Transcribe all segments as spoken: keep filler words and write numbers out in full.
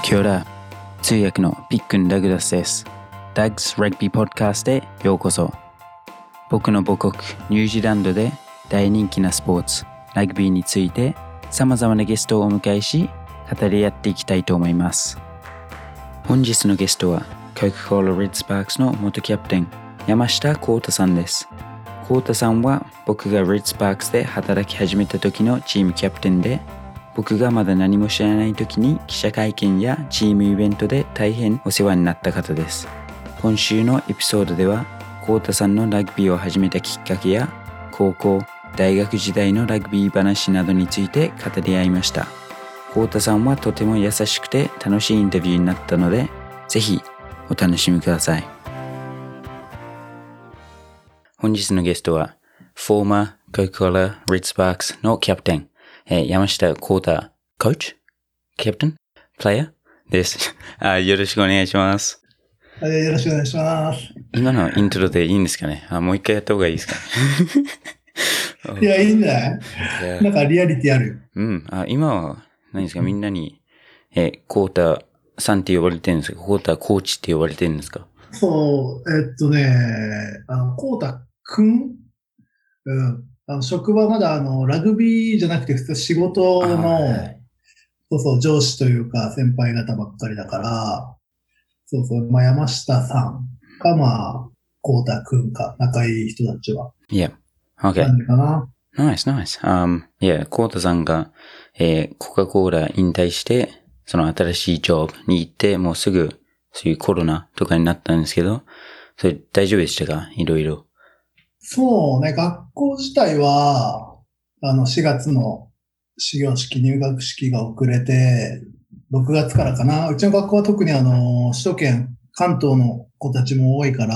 キョラ、通訳のピックン・ダグラスです。ダグス・ラグビー・ポッドキャストへようこそ。僕の母国ニュージーランドで大人気なスポーツ、ラグビーについて様々なゲストをお迎えし、語り合っていきたいと思います。本日のゲストは、コカ・コーラ・レッドスパークスの元キャプテン、山下幸太さんです。幸太さんは僕がレッドスパークスで働き始めた時のチームキャプテンで、僕がまだ何も知らない時に記者会見やチームイベントで大変お世話になった方です。今週のエピソードでは、幸太さんのラグビーを始めたきっかけや、高校、大学時代のラグビー話などについて語り合いました。幸太さんはとても優しくて楽しいインタビューになったので、ぜひお楽しみください。本日のゲストは、Former Coca-Cola Red Sparks のキャプテン、えー、山下幸太、コーチ、キャプテン、プレイヤーです。あ、よろしくお願いします。 はい、よろしくお願いします。 今のイントロでいいんですかね。あ、もう一回やった方がいいですかね。いや、いいんじゃない？なんかリアリティあるよ。 うん。あ、今は何ですか、みんなに、えー、幸太さんって呼ばれてるんですか？幸太コーチって呼ばれてるんですか？ そう、えっとね、あの、幸太くん、うん。あの、職場まだあの、ラグビーじゃなくて普通仕事の、はい、そうそう、上司というか先輩方ばっかりだから、そうそう、まあ、山下さんか、まあ、幸太くんか、仲いい人たちは。 Yeah. Okay. なんでかな。 Nice, nice. Um, yeah, 幸太さんが、えー、コカ・コーラ引退して、その新しいジョブに行って、もうすぐ、そういうコロナとかになったんですけど、それ大丈夫でしたか？いろいろ。 そうね、学校自体は、あの、しがつの始業式、入学式が遅れて、ろくがつからかな。うちの学校は特にあの、首都圏、関東の子たちも多いから、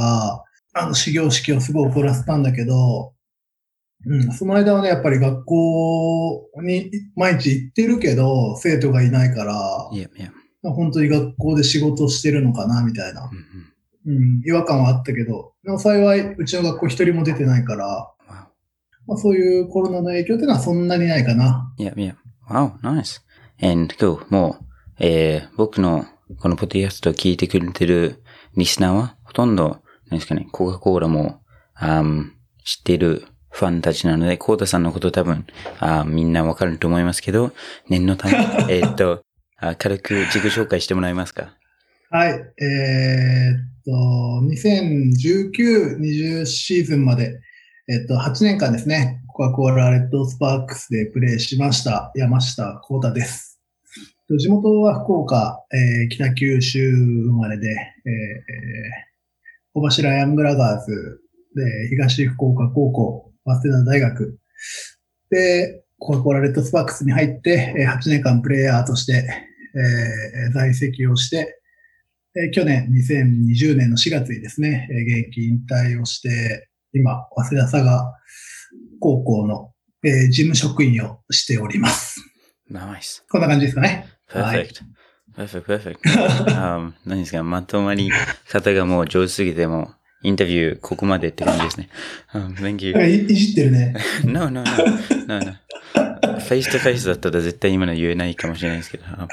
あの、始業式をすごい遅らせたんだけど、うん、その間はね、やっぱり学校に毎日行ってるけど、生徒がいないから、 yeah, yeah. 本当に学校で仕事してるのかな、みたいな。うん、違和感はあったけど、でも幸い、うちの学校一人も出てないから、まあ、そういうコロナの影響っていうのはそんなにないかな。 Yeah, yeah. Wow, nice. And cool. もう、えー、僕のこのポッドキャストを聞いてくれてるリスナーは、ほとんど、何ですかね、コカ・コーラも、あ知っているファンたちなので、コータさんのこと多分、あみんなわかると思いますけど、念のため、えっとあ、軽く自己紹介してもらえますか？ はい。えー、っと、にせんじゅうきゅう、にじゅうシーズンまで、えっと、はちねんかんですね、コカ・コーラレッドスパークスでプレーしました、山下幸太です。地元は福岡、えー、北九州生まれで、えー、小柱ヤングラガーズで、東福岡高校、早稲田大学で、コカ・コーラレッドスパークスに入って、はちねんかんプレイヤーとして、えー、在籍をして、去年にせんにじゅうねんのしがつにですね、現役引退をして、今、早稲田佐賀高校の、えー、事務職員をしております。 Nice. こんな感じですかね。 Perfect. Perfect, perfect. um, 何ですか、まとまり方がもう上手すぎても、インタビューここまでって感じですね。Um, thank you. い, いじってるね。 no, no, no, no, no. フェイスとフェイスだったら絶対今の言えないかもしれないですけど。ま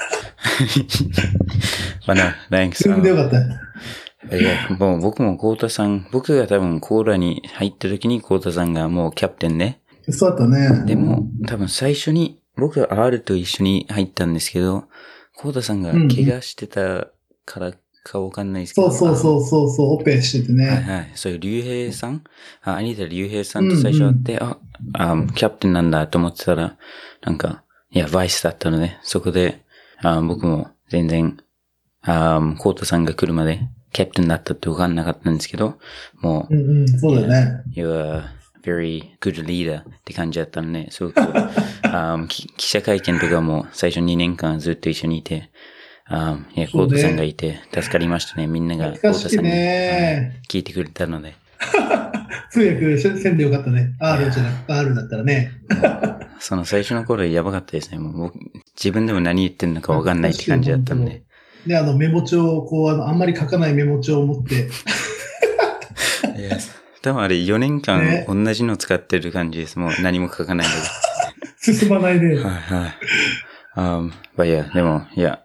あ、no, thanks. それでよかった。 いや、もう僕も幸太さん、僕が多分コーラに入った時に幸太さんがもうキャプテンで。 そうだったね。 でも、多分最初に、僕は R と一緒に入ったんですけど、幸太さんが怪我してたからかわかんないですけど。 うんうん、そうそうそうそう、オペしててね。 はいはい。そういう竜兵さんあ、兄田竜兵さんと最初会って、うんうん、ああ、キャプテンなんだと思ってたら、なんか、いや、バイスだったので、そこで、あ僕も全然、あ幸太さんが来るまで、キャプテンだったってわかんなかったんですけど、もう、うんうん、そうだね。 You are very good leader って感じだったので、すごく、あ記者会見とかも最初にねんかんずっと一緒にいて、あいや、コータさんがいて助かりましたね。みんながコータさんに、ね、聞いてくれたので。 通訳せんでよかったね。R じゃなくて R だったらね。 その最初の頃やばかったですね。もう僕自分でも何言ってんのかわかんないって感じだったんで。 で、あのメモ帳をこうあの、あんまり書かないメモ帳を持って。いや、多分あれよねんかん同じの使ってる感じです。もう何も書かないので。 進まないね。 はいはい。Um, but yeah, でも、いや、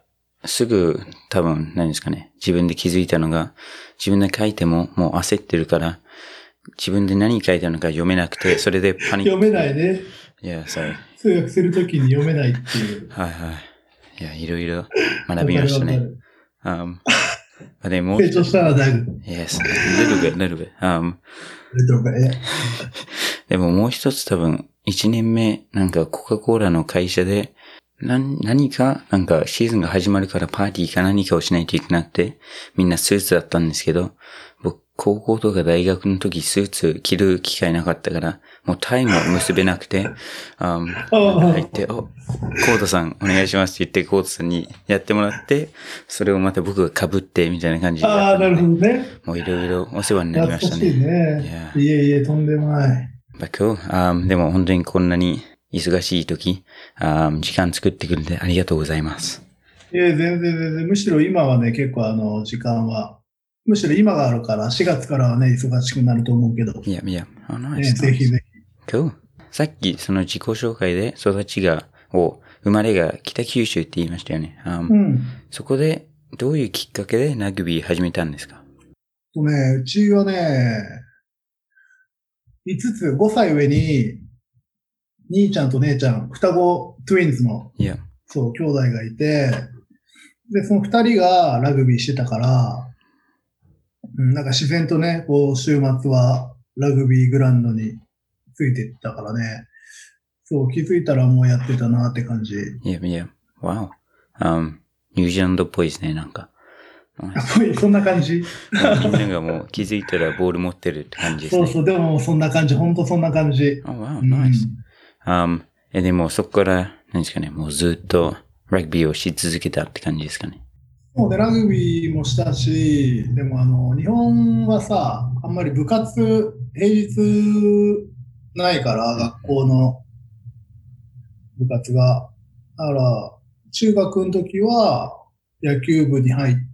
すぐ多分何ですかね、自分で気づいたのが、自分で書いてももう焦ってるから、自分で何書いてるのか読めなくて、それでパニック。 読めないね。 いや、そう。 通訳するときに読めないっていう。 はいはい。いや、いろいろ学びましたね。Um, でも成長したらだいぶ。 Yes, little bit, little bit. Um, little bit, yeah. でももう一つ多分、一年目、なんかコカ・コーラの会社で、何、何か、なんかシーズンが始まるからパーティーか何かをしないといけなくて、みんなスーツだったんですけど、僕、高校とか大学の時スーツ着る機会なかったから、もうタイも結べなくて、um, 入って、お、コートさんお願いしますって言ってコートさんにやってもらって、それをまた僕が被ってみたいな感じでやったので。 ああ、なるほどね。 もういろいろお世話になりましたね。 懐かしいね。Yeah. いえいえ、とんでもない。 But cool. Um, でも本当にこんなに忙しい時、um, 時間作ってくれてありがとうございます。 いえ、全然全然。むしろ今はね、結構あの、時間は、むしろ今があるから、しがつからはね、忙しくなると思うけど。 いやいや、oh, nice, ね、ぜひぜひ。Cool. さっきその自己紹介で育ちが、を、生まれが北九州って言いましたよね。Um, うん。 そこで、どういうきっかけでラグビー始めたんですか？ とね、うちはね、いつつ、ごさい上に、兄ちゃんと姉ちゃん、双子トゥインズの、 yeah. そう、兄弟がいて、で、その二人がラグビーしてたから、うん、なんか自然とね、こう、週末はラグビーグラウンドについてったからね、そう、気づいたらもうやってたなって感じ。 いやいや、wow. Um, ニュージーランドっぽいですね、なんか。 やっぱりそんな感じ。 みんながもう気づいたらボール持ってるって感じですね。 そうそう、でもそんな感じ、ほんとそんな感じ。 Oh, wow, nice. うん、um, え、でもそこから、何ですかね、もうずっとラグビーをし続けたって感じですかね。 そうね、ラグビーもしたし、でもあの、日本はさ、あんまり部活、平日ないから、学校の部活が。だから、中学の時は野球部に入って、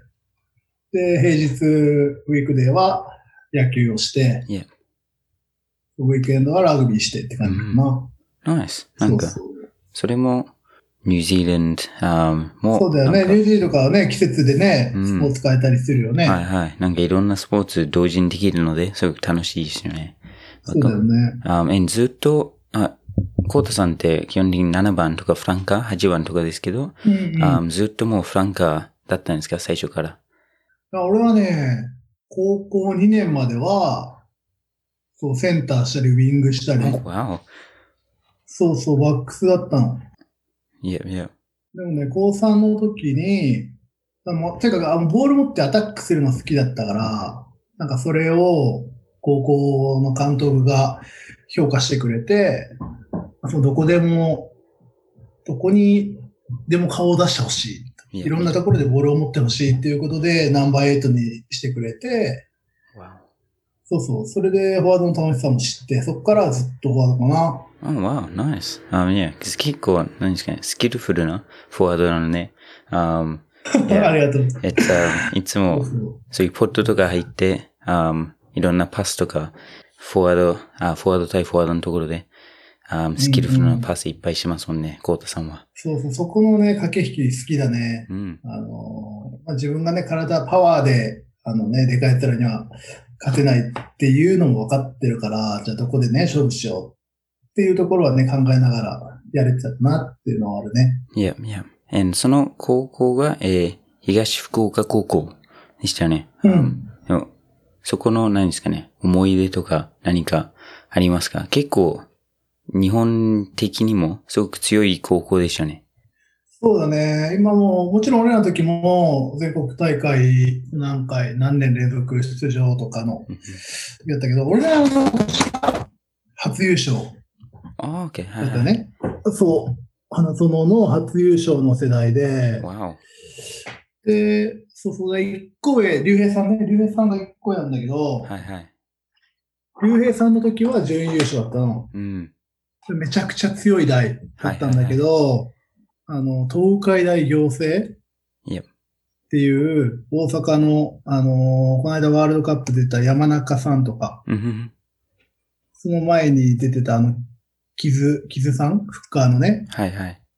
で、平日、ウィークデーは野球をして、 yeah. ウィークエンドはラグビーしてって感じかな。 ナイス。なんか、そうそう、それも、ニュージーランド、um, も。 そうだよね。ニュージーとかはね、季節でね、スポーツ変えたりするよね。 はいはい。なんかいろんなスポーツ同時にできるので、すごく楽しいですよね。 そうだよね。 Um, ずっと、あ、コータさんって基本的にななばんとかフランカー、はちばんとかですけど、うんうん、um, ずっともうフランカーだったんですか、最初から。 俺はね、高校にねんまでは、そう、センターしたり、ウィングしたり。 Oh, wow. そうそう、バックスだったの。 いやいや。 でもね、高さんの時に、あのとにかくあのボール持ってアタックするの好きだったから、なんかそれを高校の監督が評価してくれて、そうどこでも、どこにでも顔を出してほしい。いろんなところでボールを持ってほしいっていうことでナンバーエイトにしてくれて、そうそう、それでフォワードの楽しさも知って、そこからずっとフォワードかな。 Oh, wow, nice. Um, yeah, 結構、何ですかね、スキルフルなフォワードなのね。Um, yeah, ありがとう。 It's, uh, いつも、そういうポットとか入って、um, いろんなパスとか、フォワード、あ、フォワード対フォワードのところで、um, スキルフルなパスいっぱいしますもんね、コータさんは。 そうそう、そこのね、駆け引き好きだね。うん、あの、まあ、自分がね、体、パワーで、あのね、でかいやつらには勝てないっていうのも分かってるから、じゃあどこでね、勝負しようっていうところはね、考えながらやれてたなっていうのはあるね。 いや、いや。And その高校が、えー、東福岡高校でしたね。 うん。 でもそこの何ですかね、思い出とか何かありますか？結構、日本的にもすごく強い高校でしたね。 そうだね。今も、もちろん俺らの時も全国大会何回、何年連続出場とかのやったけど、俺らの初優勝。 ああ、OK。 だったね。そう。花園の初優勝の世代で。 Wow. で、そうそう、いっこ上、竜兵さんね。竜兵さんがいっこなんだけど、 はいはい。 竜兵さんの時は準優勝だったの。 うん。 めちゃくちゃ強い代だったんだけど、はいはいはい、あの、東海大行政っていう、大阪の、あのー、この間ワールドカップ出た山中さんとか、 うん、 その前に出てたあの、キズ、キズさんフッカーのね。 はいはい。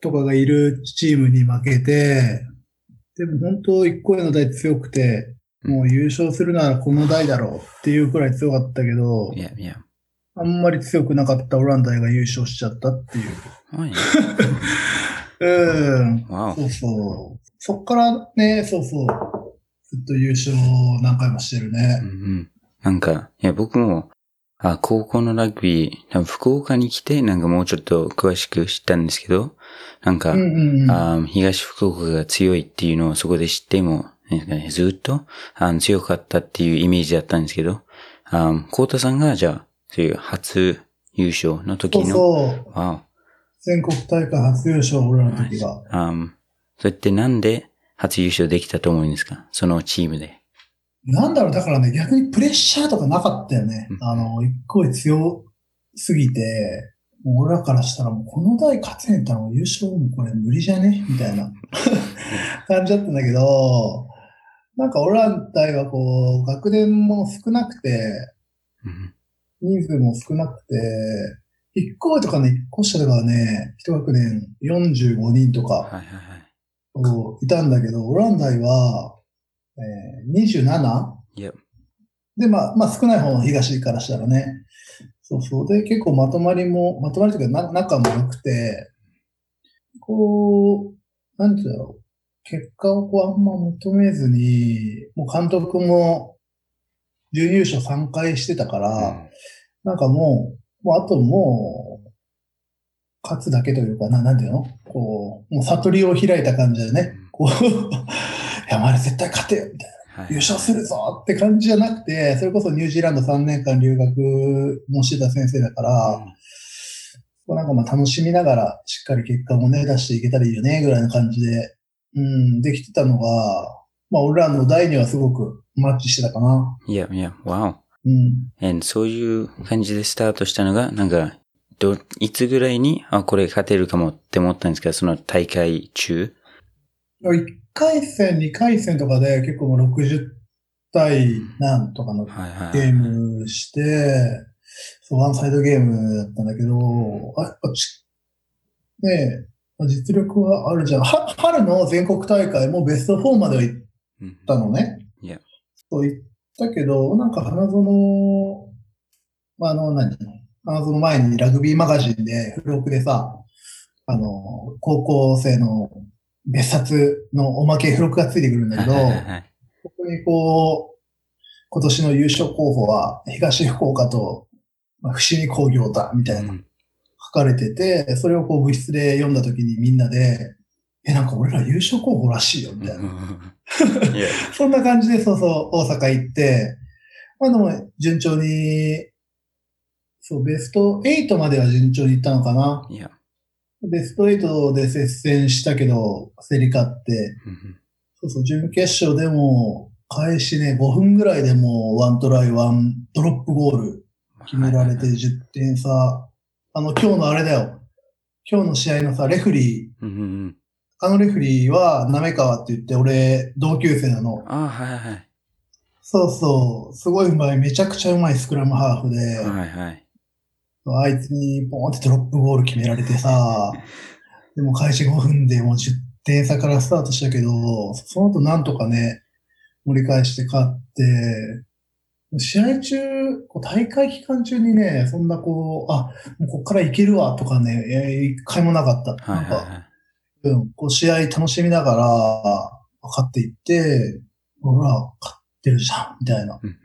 とかがいるチームに負けて、でも本当一個上の代強くて、もう優勝するならこの代だろうっていうくらい強かったけど、 Yeah, yeah. あんまり強くなかったオランダが優勝しちゃったっていう。 Oh, yeah. うん。 Wow. そうそう。そっからね、そうそう。ずっと優勝何回もしてるね。 うんうん、なんか、いや、僕も、あ、高校のラグビー、多分福岡に来て、なんかもうちょっと詳しく知ったんですけど、なんか、 うんうんうん、 あ東福岡が強いっていうのをそこで知っても、ね、ずっとあ強かったっていうイメージだったんですけど、あコウタさんがじゃあ、そういう初優勝の時の、 そうそう。 わ全国大会初優勝、俺らの時が。 あそれってなんで初優勝できたと思うんですか？そのチームで。 なんだろう、だからね、逆にプレッシャーとかなかったよね。 うん、 あの、一個強すぎて、もう俺らからしたらもうこの代勝てんたらもう優勝もこれ無理じゃねみたいな感じだったんだけど、なんか俺らの代はこう、学年も少なくて、人数も少なくて、一個上とかね、一個下とかはね、一学年よんじゅうごにんとか、いたんだけど、オランダは、えー、にじゅうなな? Yep. で、まあ、まあ少ない方の東からしたらね。そうそう。で、結構まとまりも、まとまりというかな仲も良くて、こう、なんていうんだろう。結果をこうあんま求めずに、もう監督も準優勝さんかいしてたから、うん、なんかもう、もうあともう、勝つだけというかな、なんていうのこう、もう悟りを開いた感じでね、こう、いや、まだ絶対勝てよみたいな、優勝するぞって感じじゃなくて、それこそニュージーランドさんねんかん留学もしてた先生だから、うん、なんかまあ楽しみながらしっかり結果もね、出していけたらいいよね、ぐらいな感じで、うん、できてたのが、まあ俺らの代にはすごくマッチしてたかな。 いやいや、wow。 うん。 And そういう感じでスタートしたのが、なんか、ど、いつぐらいに、あ、これ勝てるかもって思ったんですか？その大会中。 いっかい戦、にかい戦とかで結構もうろくじゅうたいなんとかのゲームして、そう、ワンサイドゲームだったんだけど、あ、やっぱち、ねえ、実力はあるじゃん。は、春の全国大会もベストフォーまでは行ったのね。 うん、yeah. そう言ったけど、なんか花園、まあ、あの、何あの、その前にラグビーマガジンで、付録でさ、あの、高校生の別冊のおまけ付録がついてくるんだけど、ここにこう、今年の優勝候補は東福岡と伏見工業だ、みたいな書かれてて、それをこう部室で読んだ時にみんなで、え、なんか俺ら優勝候補らしいよ、みたいな。そんな感じで、そうそう、大阪行って、まあでも順調に、そう、ベストはちまでは順調にいったのかな。 Yeah. ベストはちで接戦したけど、競り勝って、そうそう、準決勝でも、開始ね、ごふんぐらいでもうワントライ、ワンドロップゴール決められてじゅってん差。あの、今日のあれだよ。今日の試合のさ、レフリー。あのレフリーは、なめかわって言って、俺、同級生なの。 あ、はいはい。 そうそう、すごいうまい、めちゃくちゃうまいスクラムハーフで。 はいはい。 あいつにポーンってドロップゴール決められてさ、でも開始ごふんでもうじゅってん差からスタートしたけど、その後なんとかね、盛り返して勝って、試合中、大会期間中にね、そんなこう、あ、もうこっからいけるわとかね、一回もなかった。 はいはいはい、 なんか、うん、こう試合楽しみながら勝っていって、ほら、勝ってるじゃん、みたいな。うん、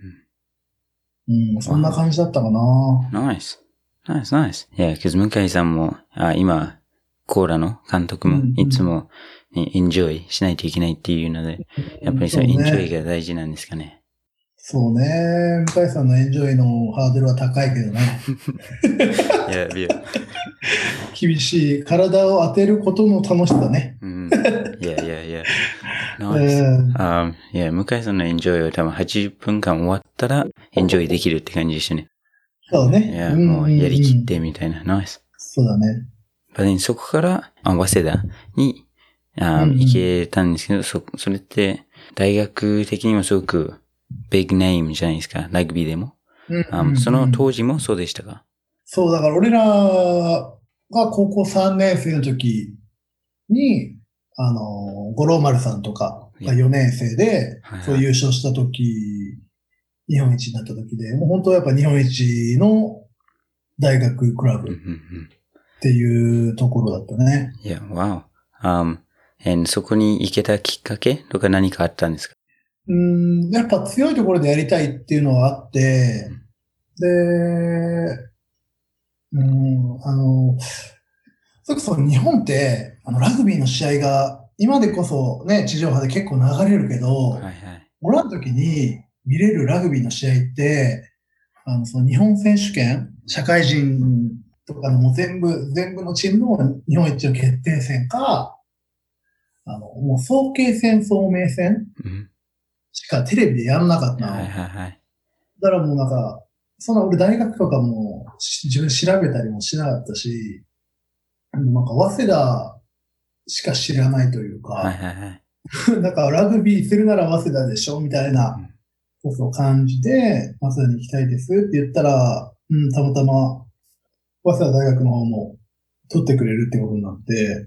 うん、そんな感じだったかな。 ナイス。ナイスナイス。いや、けど向井さんも、あ今、コーラの監督もいつも、ね、エンジョイしないといけないっていうので、やっぱりそう、エンジョイが大事なんですかね。 そうね。向井さんのエンジョイのハードルは高いけどね。 いや、いや。 厳しい。体を当てることの楽しさね。 うん。いやいやいや。ナイス。あいや、向井さんのエンジョイは多分はちじゅっぷんかん終わったらエンジョイできるって感じでしたね。 そうね。 いや、もうやりきってみたいな。ナイス。 そうだね。 でそこから、あ早稲田にあ、うんうん、行けたんですけど、そ、それって、大学的にもすごく、ビッグネームじゃないですか、ラグビーでも。うんうんうん、その当時もそうでしたか？ そう、だから俺らが高校さんねん生の時に、あの、五郎丸さんとかがよねん生で、そう優勝した時、日本一になった時で、もう本当やっぱ日本一の大学クラブっていうところだったね。 いや、wow. Um, and そこに行けたきっかけとか何かあったんですか？ うん、やっぱ強いところでやりたいっていうのはあって、で、うん、あの、それこそ日本って、あの、ラグビーの試合が、今でこそね、地上波で結構流れるけど、 はいはい。 俺らの時に見れるラグビーの試合って、あの、その日本選手権、社会人とかのもう全部、全部のチームの日本一の決定戦か、あの、もう早慶戦、早明戦しかテレビでやらなかったの。 はいはいはい。 だからもうなんか、そんな俺大学とかも自分調べたりもしなかったし、なんか早稲田しか知らないというか、 はいはいはい。 なんかラグビーするなら早稲田でしょみたいなことを感じで、早稲田に行きたいですって言ったら、うん、たまたま早稲田大学の方も取ってくれるってことになって、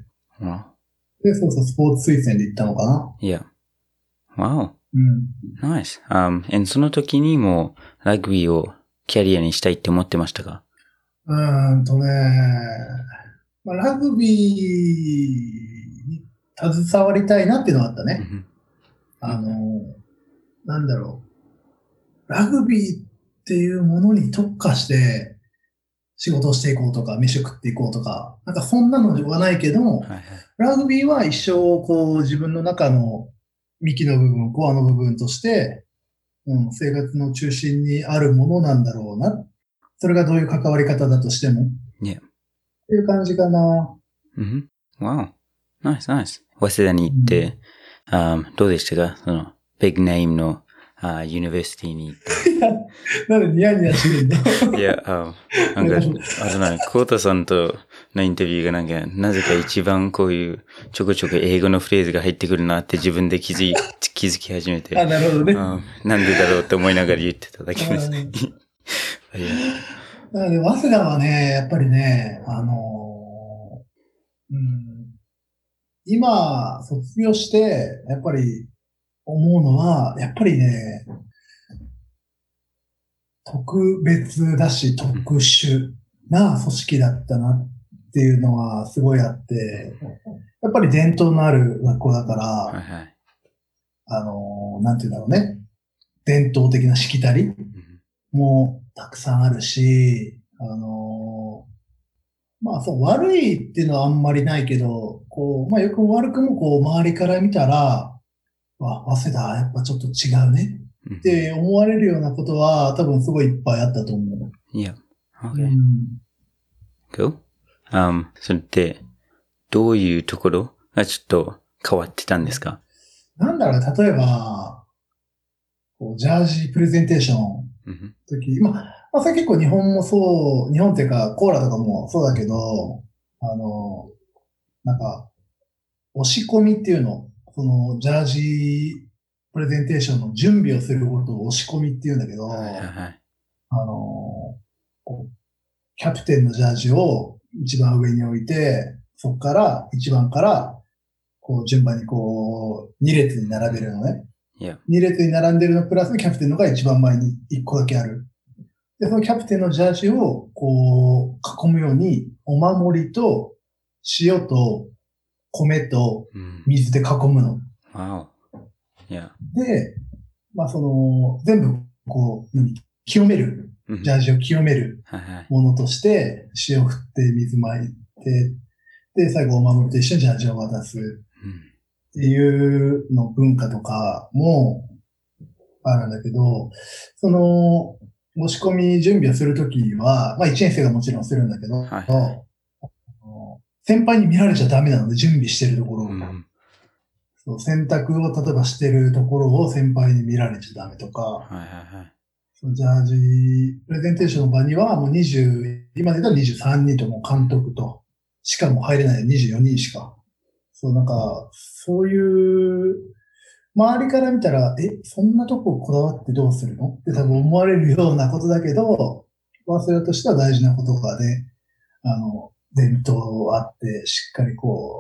うん、 で、そうそう、スポーツ推薦で行ったのかな。 いや。Wow. うん。 Nice. Um, and その時にもラグビーをキャリアにしたいって思ってましたか？ うーんとね、まあ、ラグビーに携わりたいなっていうのはあったね。 うん、 あの、なんだろう。ラグビーっていうものに特化して仕事をしていこうとか、飯を食っていこうとか、なんかそんなのではないけど、 はいはい、 ラグビーは一生こう自分の中の幹の部分、コアの部分として、うん、生活の中心にあるものなんだろうな。それがどういう関わり方だとしても。 Yeah. っていう感じかな。 うん。Wow. Nice, nice. 早稲田に行って、うん、um, どうでしたか？その、ビッグネームの、uh, ユニバーシティに行って。 なんでニヤニヤしてるんだいや、um, なんか、あとなんか、コウタさんとのインタビューがなんか、なぜか一番こういうちょこちょこ英語のフレーズが入ってくるなって自分で気づい、気づき始めて。 あ、なるほどね。 um, なんでだろうって思いながら言ってただけです。 なので、早稲田はね、やっぱりね、あのー、うん、今、卒業して、やっぱり思うのは、やっぱりね、特別だし、特殊な組織だったなっていうのはすごいあって、やっぱり伝統のある学校だから、はいはい、あのー、なんていうんだろうね、伝統的なしきたりもたくさんあるし、あのー、まあそう、悪いっていうのはあんまりないけど、こう、まあよくも悪くもこう、周りから見たら、わ、早稲田やっぱちょっと違うねって思われるようなことは多分すごいいっぱいあったと思う。 Yeah. Okay.、うん、Cool. Um, それって、どういうところがちょっと変わってたんですか？ なんだろう、例えば、こうジャージプレゼンテーションの時、うん、まあ、まあ、それ結構日本もそう、日本っていうかコーラとかもそうだけど、あの、なんか、押し込みっていうの、そのジャージプレゼンテーションの準備をすることを押し込みっていうんだけど、はいはいはい、あの、キャプテンのジャージを一番上に置いて、そこから一番からこう順番にこうに列に並べるのね。Yeah. に列に並んでるのプラスキャプテンのが一番前にいっこだけある。で、そのキャプテンのジャージをこう囲むようにお守りと塩と米と水で囲むの。 Wow. Yeah. で、まあその全部こう清める。ジャージを清めるものとして、塩振って水巻いて、で、最後お守りと一緒にジャージを渡すっていうの文化とかもあるんだけど、その、申し込み準備をするときは、まあいちねん生がもちろんするんだけど、はいはい、先輩に見られちゃダメなので、準備してるところを。うん、そう洗濯を例えばしてるところを先輩に見られちゃダメとか、はいはいはい、ジャージ、プレゼンテーションの場にはもうにじゅう、今で言ったらにじゅうさんにんとも監督と、しかも入れないにじゅうよにんしか。そう、なんか、そういう、周りから見たら、え、そんなとここだわってどうするのって多分思われるようなことだけど、早稲田としては大事なことがね、あの、伝統あって、しっかりこ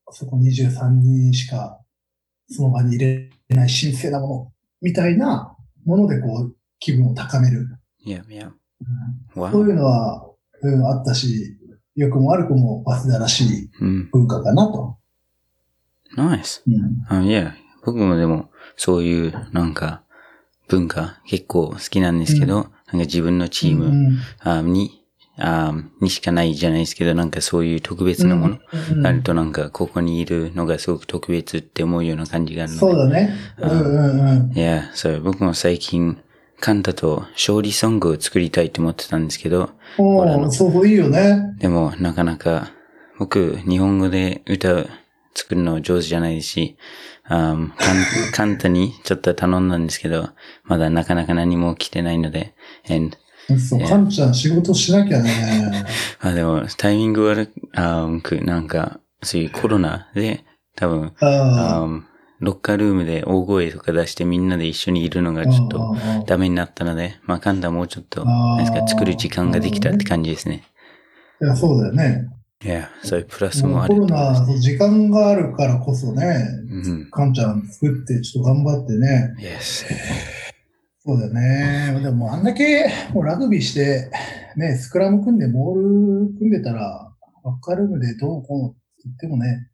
そこにじゅうさんにんしかその場に入れない神聖なものみたいなものでこう気分を高める。 Yeah, yeah. うん、 Wow. そういうのは、うん、あったし、良くも悪くも早稲田らしい文化かなと。 うん、Nice. うん。 いや、僕もでもそういうなんか文化結構好きなんですけど、うん、なんか自分のチーム、うん、に、あにしかないじゃないですけど、なんかそういう特別なものがあるとなんかここにいるのがすごく特別って思うような感じがあるので。 そうだね。うんうんうん。 いや、そう、僕も最近カンタと勝利ソングを作りたいと思ってたんですけど。 おー、そう、いいよね。 でもなかなか僕日本語で歌う作るの上手じゃないですし、Um, カンタにちょっと頼んだんですけど、まだなかなか何も来てないので、and, そう、カンちゃん仕事しなきゃね。 あでも、タイミング悪く、なんか、そういうコロナで、多分、um, ロッカールームで大声とか出してみんなで一緒にいるのがちょっとダメになったので、まあカンタもうちょっと、なんですか、作る時間ができたって感じですね。 いや、そうだよね。 いや、そういうプラスもある、 コロナ、時間があるからこそね、 うん、 カンちゃん作ってちょっと頑張ってね。 Yes. そうだよね。でもあんだけもうラグビーして、ね、スクラム組んでモール組んでたら、バッカールームでどうこうって言ってもね。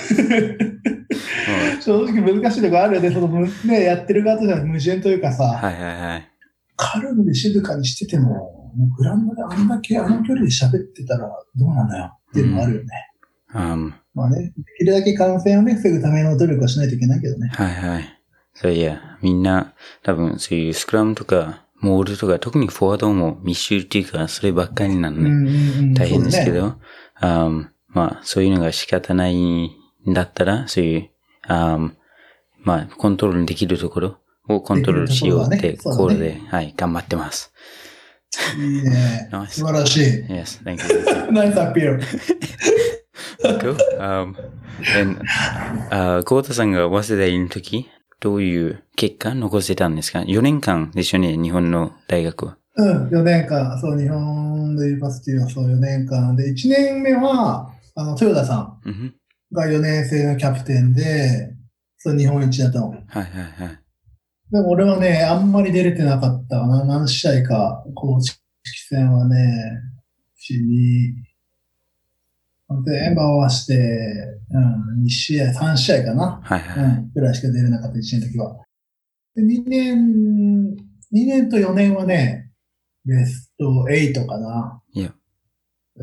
正直難しいところあるよね。そのね、やってる側としては矛盾というかさ。 はいはいはい。 カルームで静かにしてても、もうグラウンドであんだけあの距離で喋ってたらどうなんだよっていうのがあるよね。うん、まあね、できるだけ感染をね、防ぐための努力はしないといけないけどね。 はいはい。そういや、みんな多分そういうスクラムとかモールとか特にフォワードも密集っていうかそればっかりなので、ね、うんうん、大変ですけど、ね、um, まあそういうのが仕方ないんだったらそういう、um, まあコントロールできるところをコントロールしようってコールで、ね、はい、頑張ってます。 いいね。nice. 素晴らしい。 Yes, thank you. Nice appeal. Cool. Um, and, uh, コウタさんが早稲田にいるとき、どういう結果残せたんですか？ よ 年間でしょうね、日本の大学は。 うん、よねんかん。そう、日本のユニバーシティはそうよねんかんで、いちねんめは、あの、豊田さんがよねん生のキャプテンで、そう、日本一だったの。はいはいはい。 でも俺はね、あんまり出れてなかったかな。何試合か、公式戦はね、しに、全部合わせて、うん、に試合、さん試合かな。 はいはい。うん、 ぐらいしか出れなかった、いちねんの時は。で、にねん、にねんとよねんはね、ベストはちかな。 いや。 うん、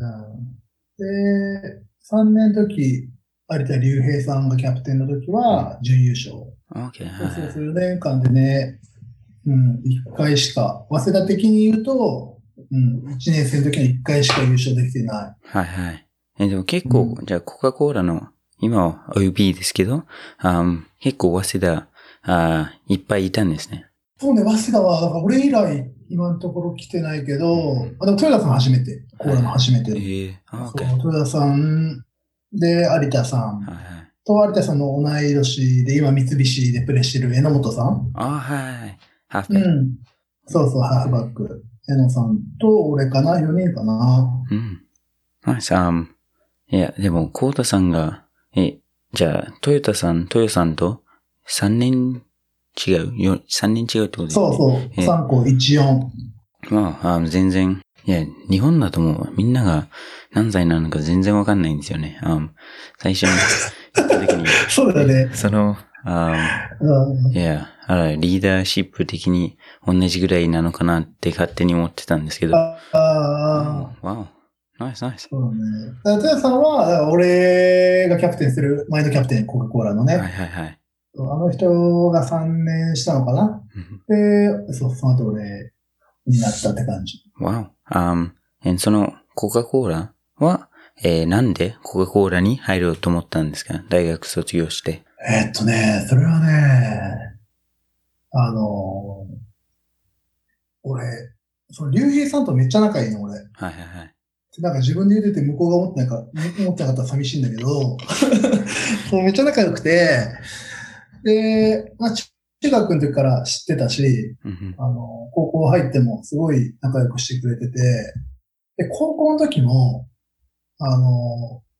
で、さんねんの時、有田龍平さんがキャプテンの時は、準優勝。 うん、OK。 そうそうそう、よねんかんでね、うん、いっかいしか、早稲田的に言うと、うん、いちねん生の時にいっかいしか優勝できてない。 はいはい。え、でも結構、うん、じゃあコカ・コーラの、今は オービー ですけど、あ結構早稲田あ、いっぱいいたんですね。 そうね、早稲田は、なんか俺以来、今のところ来てないけど、あでも豊田さん初めて、コーラの初めて。はい、えー、あそう豊田さんで、有田さん。はいはい、と、有田さんの同い年で、今三菱でプレーしてる榎本さん。 あはい。ハーフバック。うん。そうそう、ハーフバック。榎本さんと俺かな、よにんかな。 うん。ナイス。あいや、でも、コウタさんが、え、じゃあ、トヨタさん、トヨさんとさんねん違うよ、さんねん違うってことですね。 そうそう。さんこいちよん。 まあ、あ全然、いや、日本だともうみんなが何歳なのか全然わかんないんですよね。あ最初に行った時に。 そうだね。 その、あいや、あら、リーダーシップ的に同じぐらいなのかなって勝手に思ってたんですけど。ああ。わお。ナイスナイス。 そうね。トヨさんは、俺がキャプテンする、前のキャプテン、コカ・コーラのね。 はいはいはい。 あの人がさんねんしたのかな。で、そう、その後俺になったって感じ。 わお。あえそのコカ・コーラは、えー、なんでコカ・コーラに入ろうと思ったんですか？大学卒業して。 えー、っとね、それはね、あのー、俺、その、竜兵さんとめっちゃ仲いいの、俺。はいはいはい。 なんか自分で言ってて向こうが思ってないか、思ってなかったら寂しいんだけど、そうめっちゃ仲良くて、で、まあ、中学の時から知ってたし、うん、あの、高校入ってもすごい仲良くしてくれてて、で、高校の時も、あの、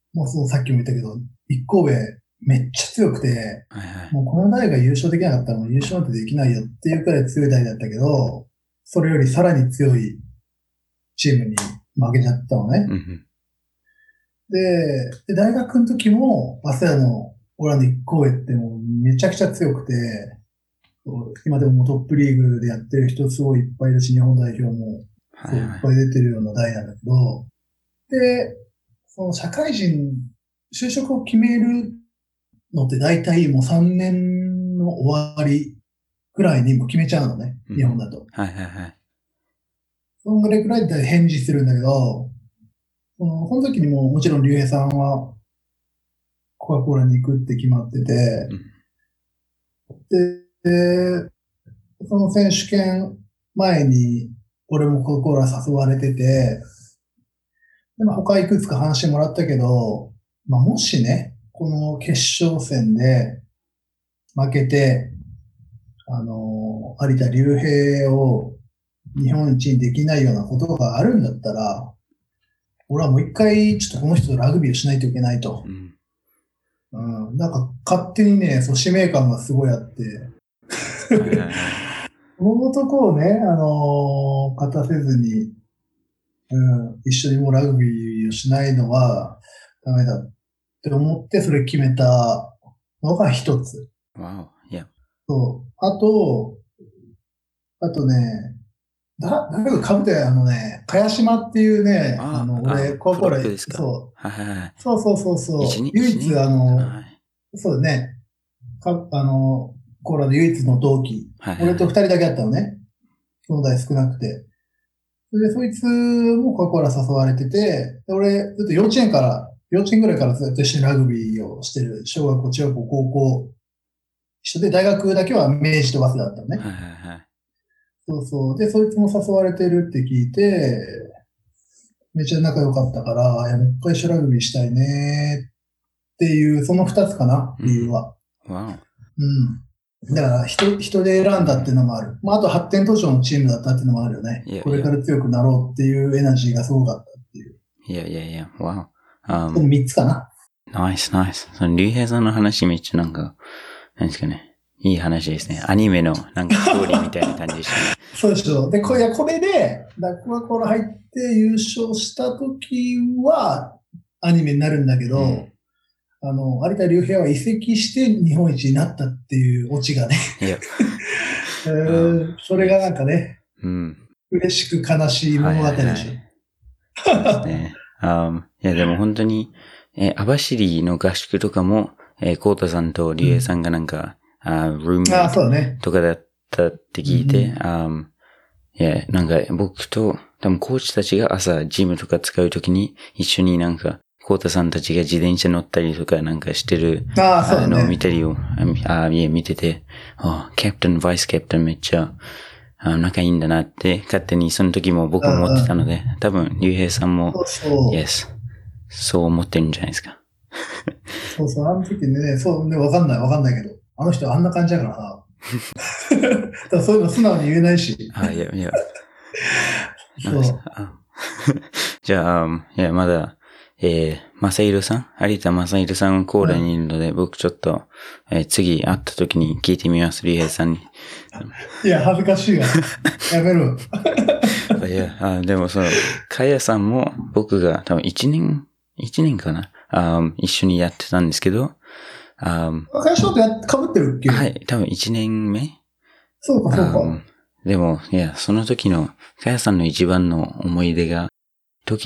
もうそう、さっきも言ったけど、一神戸めっちゃ強くて、 はいはい。 もうこの代が優勝できなかったらもう優勝なんてできないよっていうくらい強い代だったけど、それよりさらに強いチームに負けちゃったのね。 うんうんで、で大学の時も、早稲田のオランダ一神戸ってもうめちゃくちゃ強くて、今でももうトップリーグでやってる人すごいいっぱいいるし、日本代表もそういっはいはい。 ぱい出てるような代なんだけど、で、その社会人、就職を決めるのって大体もうさんねんの終わりぐらいにもう決めちゃうのね、 うん日本だと。 はいはいはい。 そのぐらいぐらいで返事するんだけど、そのその時にももちろん竜兵さんはコカ・コーラに行くって決まってて、 うんで、でその選手権前に俺もコカ・コーラ誘われてて、でまあ、他いくつか話もらったけど、まあ、もしね、この決勝戦で負けて、あの、有田竜平を日本一にできないようなことがあるんだったら、俺はもう一回ちょっとこの人とラグビーをしないといけないと。 うんうん、なんか勝手にね、そう使命感がすごいあって、 はいはいはい。 この男をね、あの勝たせずに、うん、一緒にもうラグビーをしないのはダメだって思って、それ決めたのが一つ。 Wow. Yeah. そう。あと、あとね、だ、だけどかぶって、あのね、茅島っていうね、ああの、 あ、 俺、高プロッ校来、 プですか。 そう、 はいはいはい。 そうそうそうそ一年、 う、唯一、 一年あの、 はい。 そうだね、か、あの、コーラで唯一の同期、 はいはいはい。 俺と二人だけだったのね、兄弟少なくて。それで、そいつもコカ・コーラ誘われてて、で俺、ずっと幼稚園から、幼稚園ぐらいからずっと一緒にラグビーをしてる、小学校、中学校、高校、一緒で、大学だけは明治と早稲田だったのね。 はいはいはい。 そうそう。で、そいつも誘われてるって聞いて、めっちゃ仲良かったから、いや、もう一回一緒ラグビーしたいねっていう、その二つかな、理由は。 Wow. うん。だから、人、人で選んだっていうのもある。まあ、あと発展途上のチームだったっていうのもあるよね。 いやこれから強くなろうっていうエナジーがすごかったっていう。 いやいやいや、Wow. この Um, 三つかな。 ナイスナイス。その、竜兵さんの話めっちゃなんか、なんですかね。いい話ですね。アニメのなんかストーリーみたいな感じでしたね。 そうでしょ。で、これ、いやこれで、だコカ・コーラ入って優勝した時は、アニメになるんだけど、 うんあの、有田竜平は移籍して日本一になったっていうオチがね、 いや、 えーそれがなんかね、 うん。 嬉しく悲しい物語でしょ。 はいはいはいそうですね。Um, いや、でも本当に、えー、網走の合宿とかも、えー、コウタさんと竜兵さんがなんか、あー、ルームメああ、 イトそうだね。 とかだったって聞いて、 うん um, いや、なんか僕と、多分コーチたちが朝ジムとか使うときに一緒になんか、コウタさんたちが自転車乗ったりとかなんかしてる、 ああ、そうだのを見ね。 たりを、ああ、いえ、見てて、あキャプテン、バイスキャプテンめっちゃ、あ仲いいんだなって勝手にその時も僕も思ってたので、多分、竜兵さんも、 そうそう。 Yes、そう思ってるんじゃないですか。 そうそう、あの時ね、そうね、わかんない、わかんないけど、あの人あんな感じだからな。だからそういうの素直に言えないし。 あ、いや、いや。 そう。 あじゃあ、um, いや、まだ、えー、まさひろさん有田まさひろさんコーラにいるので、うん、僕ちょっと、えー、次会った時に聞いてみます、竜兵さんに。 いや、恥ずかしいわ。やめろ。 いや、あでもその、かやさんも僕が多分一年、一年かなあ一緒にやってたんですけど、あ会社とやっ、被ってるっけ？ はい、多分一年目そうか、そうか。 でも、いや、その時の、かやさんの一番の思い出が、時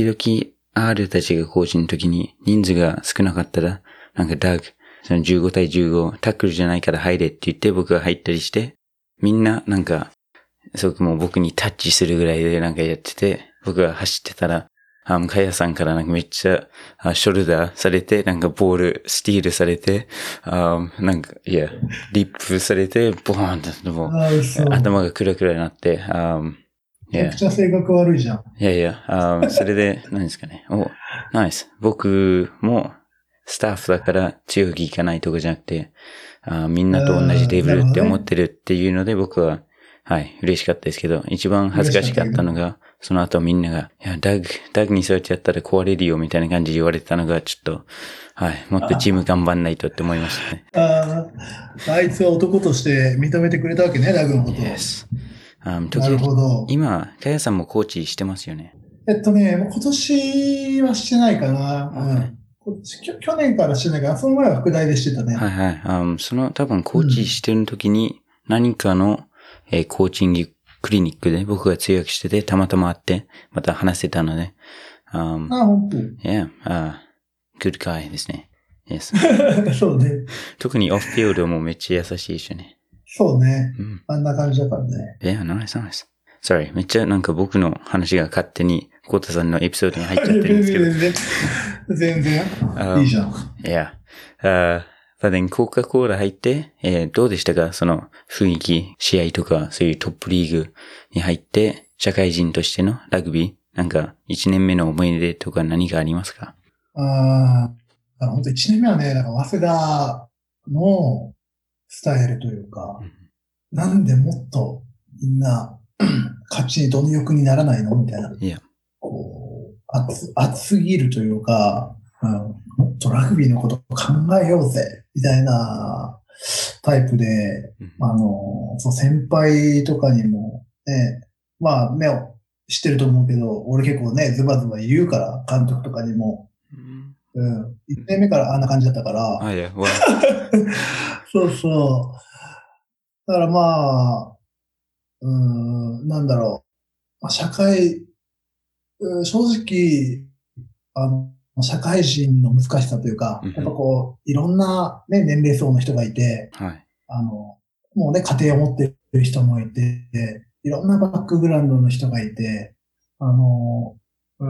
々、R たちがコーチの時に人数が少なかったら、なんかダグ、そのじゅうごたいじゅうご、タックルじゃないから入れって言って僕が入ったりして、みんななんか、すごくもう僕にタッチするぐらいでなんかやってて、僕が走ってたら、あの、かやさんからなんかめっちゃ、あショルダーされて、なんかボール、スティールされて、あなんか、いや、リップされて、ボーンってもう、頭がクラクラになって、あめちゃくちゃ性格悪いじゃん。 いやいや、あそれで、何ですかね。お、ナイス。僕も、スタッフだから強くいかないとかじゃなくて、あみんなと同じレベルって思ってるっていうので、僕は、 はい、嬉しかったですけど、一番恥ずかしかったのが、その後みんなが、いや、ダグ、ダグにそうやってやったら壊れるよみたいな感じで言われてたのが、ちょっと、はい、もっとチーム頑張んないとって思いましたね。 ああ、あいつは男として認めてくれたわけね、ダグのことを。 Yes. Um, 時なるほ 々、 ど。 今、かやさんもコーチしてますよね。 えっとね、もう今年はしてないかな。う Okay. ん。こきょ去年からしてないから、その前は副大でしてたね。 はいはい。Um, その多分コーチしてる時に何かの、えーコーチングクリニックで僕が通訳しててたまたま会ってまた話せたので、um, あ、本当。 yeah, uh, good guy ですね。Yes. そうね。 特にオフフィールドもめっちゃ優しいしね。 そうね。 うん。 あんな感じだからね。 Yeah, nice, nice. Sorry, めっちゃなんか僕の話が勝手にコータさんのエピソードに入っちゃってるんですけど。 全然、全然。 Um, いいじゃん。 Yeah. Uh, but then コカ・コーラ入って、えー、どうでしたかその雰囲気、試合とか、そういうトップリーグに入って、社会人としてのラグビー、なんか一年目の思い出とか何かありますか？ ああ、本当一年目はね、なんか早稲田のスタイルというか、 うんなんでもっとみんな勝ちに貪欲にならないのみたいな。 いや。 こう、熱、熱すぎるというか、うん、もっとラグビーのことを考えようぜ、みたいなタイプで、 うんあの、そう先輩とかにも、ね、まあ、ね、知ってると思うけど、俺結構ね、ズバズバ言うから、監督とかにも。うん。いちねんめからあんな感じだったから。 あ、いや、わそうそう。だからまあ、うーん、なんだろう。まあ、社会、うん正直、あの、社会人の難しさというかうん、 やっぱこう、いろんなね、年齢層の人がいて、 はい。 あの、もうね、家庭を持ってる人もいて、いろんなバックグラウンドの人がいて、あの、うん。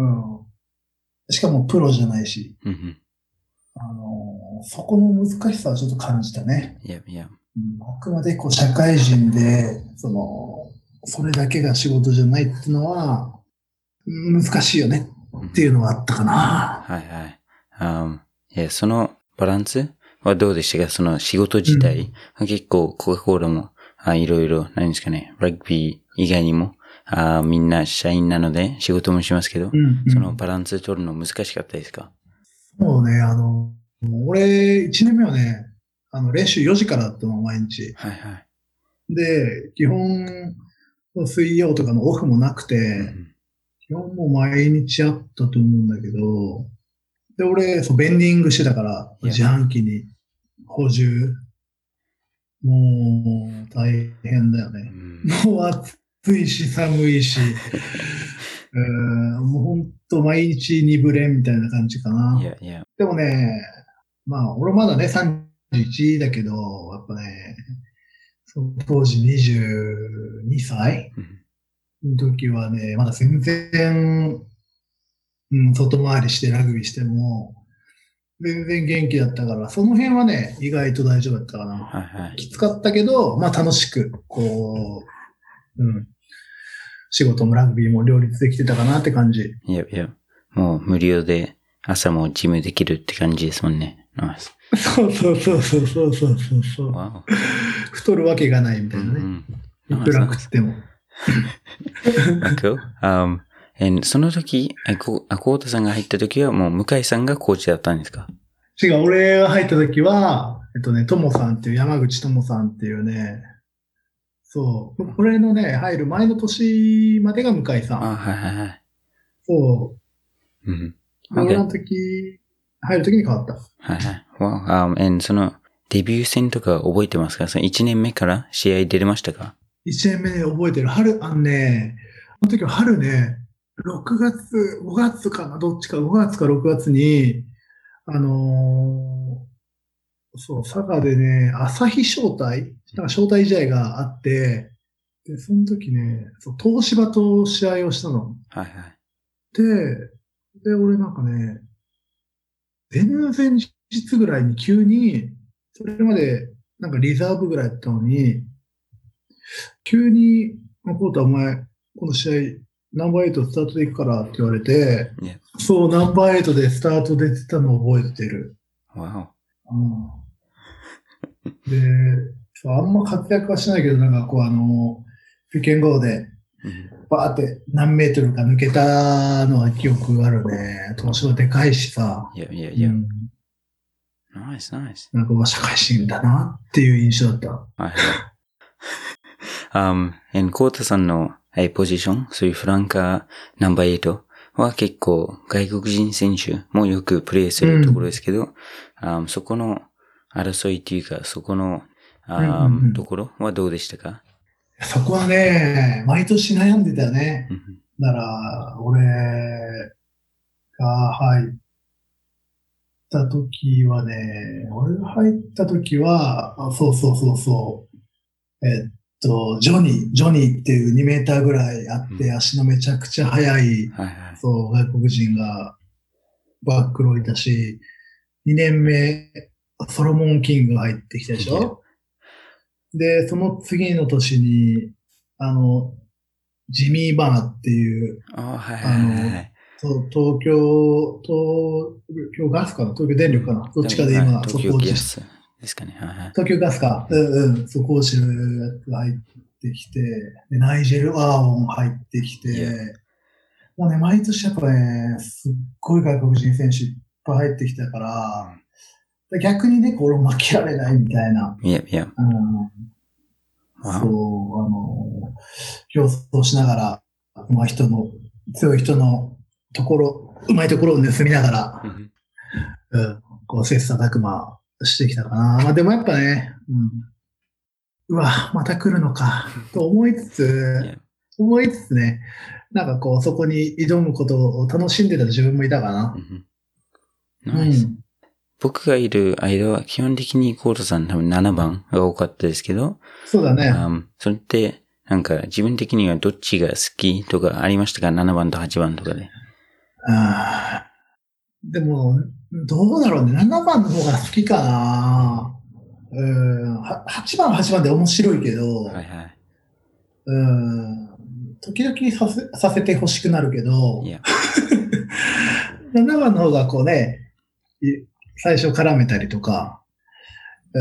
しかもプロじゃないし、 うんうん。 あの、そこの難しさはちょっと感じたね。 いや、いや。 うんあくまでこう社会人で、その、それだけが仕事じゃないっていうのは、うん難しいよねっていうのはあったかな。 はいはい。Um, いや、そのバランスはどうでしたか？その仕事自体、うん、結構コカ・コーラもあいろいろ、何ですかね、ラグビー以外にもあみんな社員なので仕事もしますけど、 うんうん、 そのバランス取るの難しかったですか？ そうね、あの、俺、いちねんめはね、あの、練習よじからだったの、毎日。 はいはい。 で、基本、水曜とかのオフもなくて、 うん基本もう毎日あったと思うんだけど、で、俺、そう、ベンディングしてたから、 いや自販機に補充。もう、大変だよね。 うんもう暑いし、寒いし、うーんもうほんと毎日にぶれんみたいな感じかいな。 やいや。 でもね、まあ、俺まだね、さんじゅういちだけど、やっぱね、その当時にじゅうにさいうんの時はね、まだ全然、うん、外回りしてラグビーしても、全然元気だったから、その辺はね、意外と大丈夫だったかな。 はいはい。 きつかったけど、まあ楽しく、こう、うん、仕事もラグビーも両立できてたかなって感じ。 いやいや。もう無料で朝もジムできるって感じですもんね。ナイス。 そうそうそうそうそうそうそうそう。 わ太るわけがないみたお。 いなね。 うんいくら食っても。 cool. Um, and その時、あ、こあ、コウタさんが入った時はもう向井さんがコーチだったんですか？ 違う、俺が入った時は、えっとね、ともさんっていう、山口ともさんっていうね、そう、俺のね、入る前の年までが向井さん。 あ、はいはいはい。 そうん。 う。で Okay. 俺の時、入る時に変わった。 はいはい。Wow. Um, and そのデビュー戦とか覚えてますか？そのいちねんめから試合出れましたか？ いちねんめね、覚えてる。春、あのね、その時は春ね、ろくがつ、ごがつかな、どっちか、ごがつかろくがつに、あのーそう、佐賀でね、朝日招待、なんか招待試合があって、で、その時ね、そう、東芝と試合をしたの。 はいはい。 で、で、俺なんかね、前々日ぐらいに急に、それまでなんかリザーブぐらいだったのに、急に、コータお前、この試合、ナンバーエイトスタートで行くからって言われて、 Yeah. そう、ナンバーエイトでスタート出てたのを覚えてる。 Wow. うん、でそう、あんま活躍はしないけど、なんかこうあの、 ピックアンドゴーで、バーって何メートルか抜けたのは記憶があるね。投資はでかいしさ。 いやいやいや。 うん、 ナイスナイス。 なんか社会人だなっていう印象だった。 はいはい。um, え、コータさんのポジション、そういうフランカーナンバーエイトは結構外国人選手もよくプレーするところですけど、うん、um, そこの争いというか、そこの、um, うんうんうん、ところはどうでしたか？ そこはね、毎年悩んでたよね。だから、俺が入った時はね、俺が入った時は、あ、そうそうそうそう、えっと、ジョニー、ジョニーっていうにメーターぐらいあって、うん、足のめちゃくちゃ速い、はいはい、そう、外国人がバックローいたし、にねんめ、ソロモン・キングが入ってきたでしょ？で、その次の年に、あの、ジミー・バナっていう、 あ、はいはいはいはい、 あの、東京、東京ガスかな東京電力かな、うん、どっちかで今、 東京ガスですかね。はいはい、 東京ガスか。うんうん。そこを知るやつが入ってきて、でナイジェル・アーオン入ってきて、yeah. もうね、毎年やっぱね、すっごい外国人選手いっぱい入ってきたから、うん、逆にね、これ負けられないみたいな。 いやいや。 そう、あの、競争しながら、上手い人の、強い人のところ、上手いところを盗みながら、うん、こう、切磋琢磨してきたかな。まあでもやっぱね、うん、うわ、また来るのか、と思いつつ、思いつつね、なんかこう、そこに挑むことを楽しんでた自分もいたかな。 ナイス。僕がいる間は基本的にコートさん多分ななばんが多かったですけど、 そうだね。 um, それって、なんか自分的にはどっちが好きとかありましたか？ なな 番とはちばんとかで。 あでも、どうだろうね。ななばんの方が好きかな。うん、はちばんははちばんで面白いけど、はいはい、うん、時々させ、させて欲しくなるけど、ななばんの方がこうね、最初絡めたりとか、うん、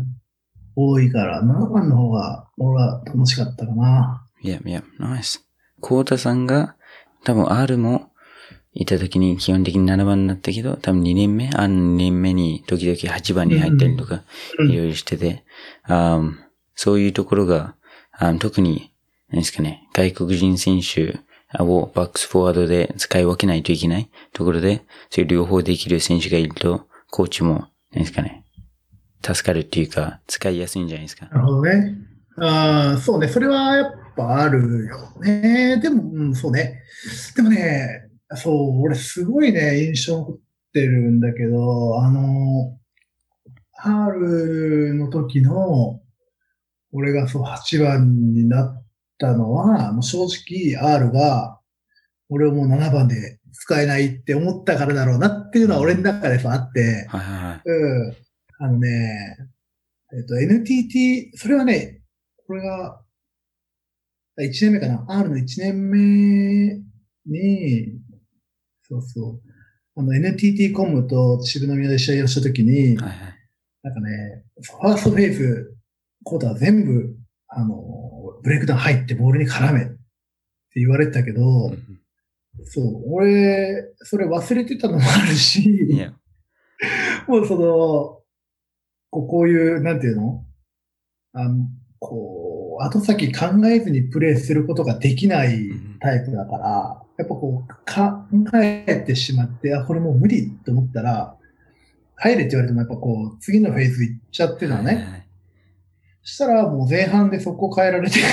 多いから、ななばんの方が俺は楽しかったかな。 いやいや、ナイス。コータさんが多分 R もいた時に基本的にななばんになったけど、多分にねんめ、あのにねんめに時々はちばんに入ったりとか、いろいろしてて、うん、そういうところが、あ特に、何ですかね、外国人選手をバックスフォワードで使い分けないといけないところで、そういう両方できる選手がいると、コーチも、何ですかね、助かるっていうか、使いやすいんじゃないですか。 なるほどね。ああ、そうね。それはやっぱあるよね。でも、うん、そうね。でもね、そう、俺すごいね、印象残ってるんだけど、あの、R の時の、俺がそうはちばんになったのは、もう正直 R が、俺をもうななばんで使えないって思ったからだろうなっていうのは俺の中でさ、あって、 はいはいはい。 うん。あのね、えっと、エヌティーティー、それはね、これが、いちねんめかな ?R のいちねんめに、そうそう。あの、エヌティーティー コムと渋野宮で試合をしたときに、はいはい、なんかね、ファーストフェーズ、コートは全部、あの、ブレイクダウン入ってボールに絡めって言われてたけど、うん、そう、俺、それ忘れてたのもあるし、yeah. もうその、こうこういう、なんていうのあの、こう、後先考えずにプレイすることができないタイプだから、やっぱこう、考えてしまって、あ、これもう無理って思ったら、入れって言われてもやっぱこう、次のフェーズ行っちゃってるのね。はいはいはい、そしたらもう前半でそこ変えられて、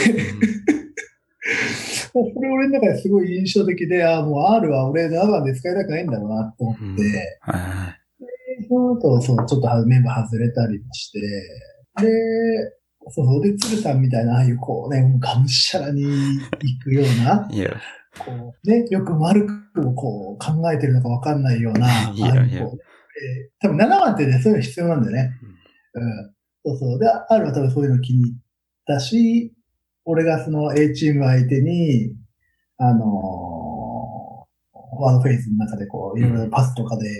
これ俺の中ですごい印象的で、あ、もう R は俺ななばんで使いたくないんだろうなと思って、うんはいはい、でその後、そう、ちょっとメンバー外れたりもして、で、そう、で、鶴さんみたいな、ああいうこうね、がむしゃらに行くような、yeah. こうね、よく悪くもこう考えてるのかわかんないような、yeah, ああいうこう、えー、多分ななばんってね、そういうの必要なんだよね。うん。そうそう。で、あるは多分そういうの気に入ったし、俺がその A チーム相手に、あのー、ワードフェイスの中でこう、いろいろパスとかで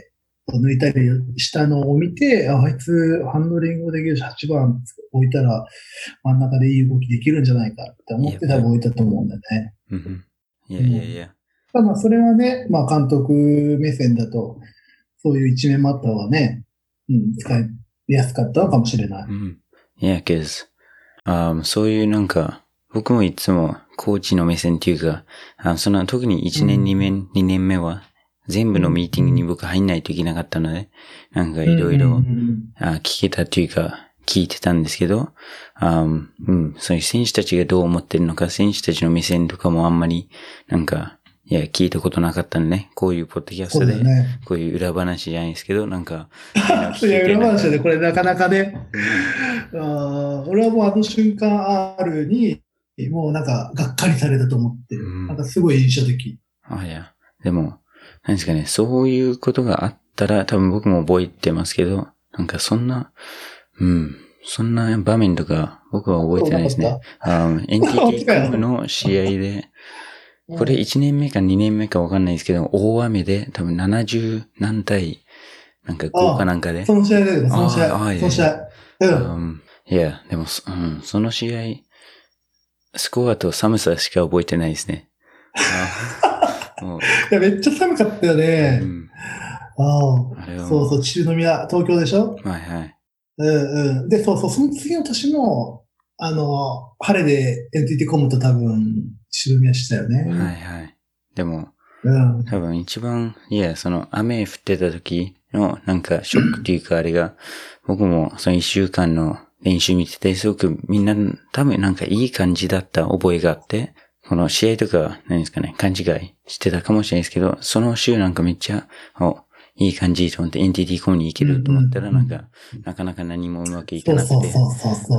抜いたりしたのを見て、あ、あいつハンドリングできるし、はちばん置いたら真ん中でいい動きできるんじゃないかって思って多分置いたと思うんだよね。 うん。いやいやいや。 ただまあそれはね、まあ監督目線だと、そういう一面もあった方がね、うん、使いやすかったのかもしれない。 うん。いや、けど、あそういうなんか、僕もいつもコーチの目線っていうか、あその特にいちねん、にねん、にねんめは、全部のミーティングに僕入んないといけなかったので、なんかいろいろ聞けたというか、聞いてたんですけど、あうん、そういう選手たちがどう思ってるのか、選手たちの目線とかもあんまり、なんか、いや、聞いたことなかったのね。こういうポッドキャストで、ね、こういう裏話じゃないですけど、なんか。 いや、裏話でこれなかなかね、うん、あ俺はもうあの瞬間 R に、もうなんか、がっかりされたと思ってる。うん、なんかすごい印象的。 あ、いや。でも、何ですかね、そういうことがあったら、多分僕も覚えてますけど、なんかそんな、うん、そんな場面とか僕は覚えてないですね。あ エヌティーティー コムの試合で、これいちねんめかにねんめかわかんないですけど、大雨で多分ななじゅう何対、なんかごかなんかで。 その試合で、その試合。その試合。 うん。いや、でも、うん、その試合、スコアと寒さしか覚えてないですね。 もういや、めっちゃ寒かったよね。うん、ああそうそう、秩父宮、東京でしょ。 はいはい。 うんうん。で、そうそう、その次の年も、あの、晴れで エヌティーティー コムと多分、秩父宮したよね。 はいはい。でも、うん、多分一番、いや、その雨降ってた時のなんかショックっていうかあれが、僕もその一週間の練習見てて、すごくみんな多分なんかいい感じだった覚えがあって、この試合とか、何ですかね、勘違いしてたかもしれないですけど、その週なんかめっちゃ、お、いい感じと思って エヌティーティー コムに行けると思ったらなんか、なかなか何もうまくいかなくて。 そうそうそうそう。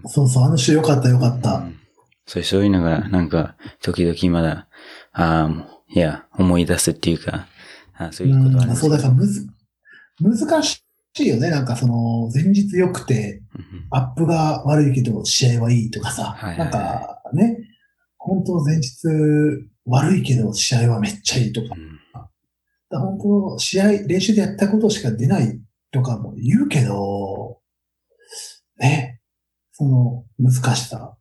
そうそう、あの週よかったよかった。うん、 そうそういうのがなんか、時々まだ、あいや、思い出すっていうか、あそういうことあるんですけど。 そう、だからむず、難しいよね。なんかその、前日良くて、アップが悪いけど試合はいいとかさ。はいはいはい、なんかね、本当前日悪いけど試合はめっちゃいいとか。うん、だ本当試合、練習でやったことしか出ないとかも言うけど、ね、その難しさ。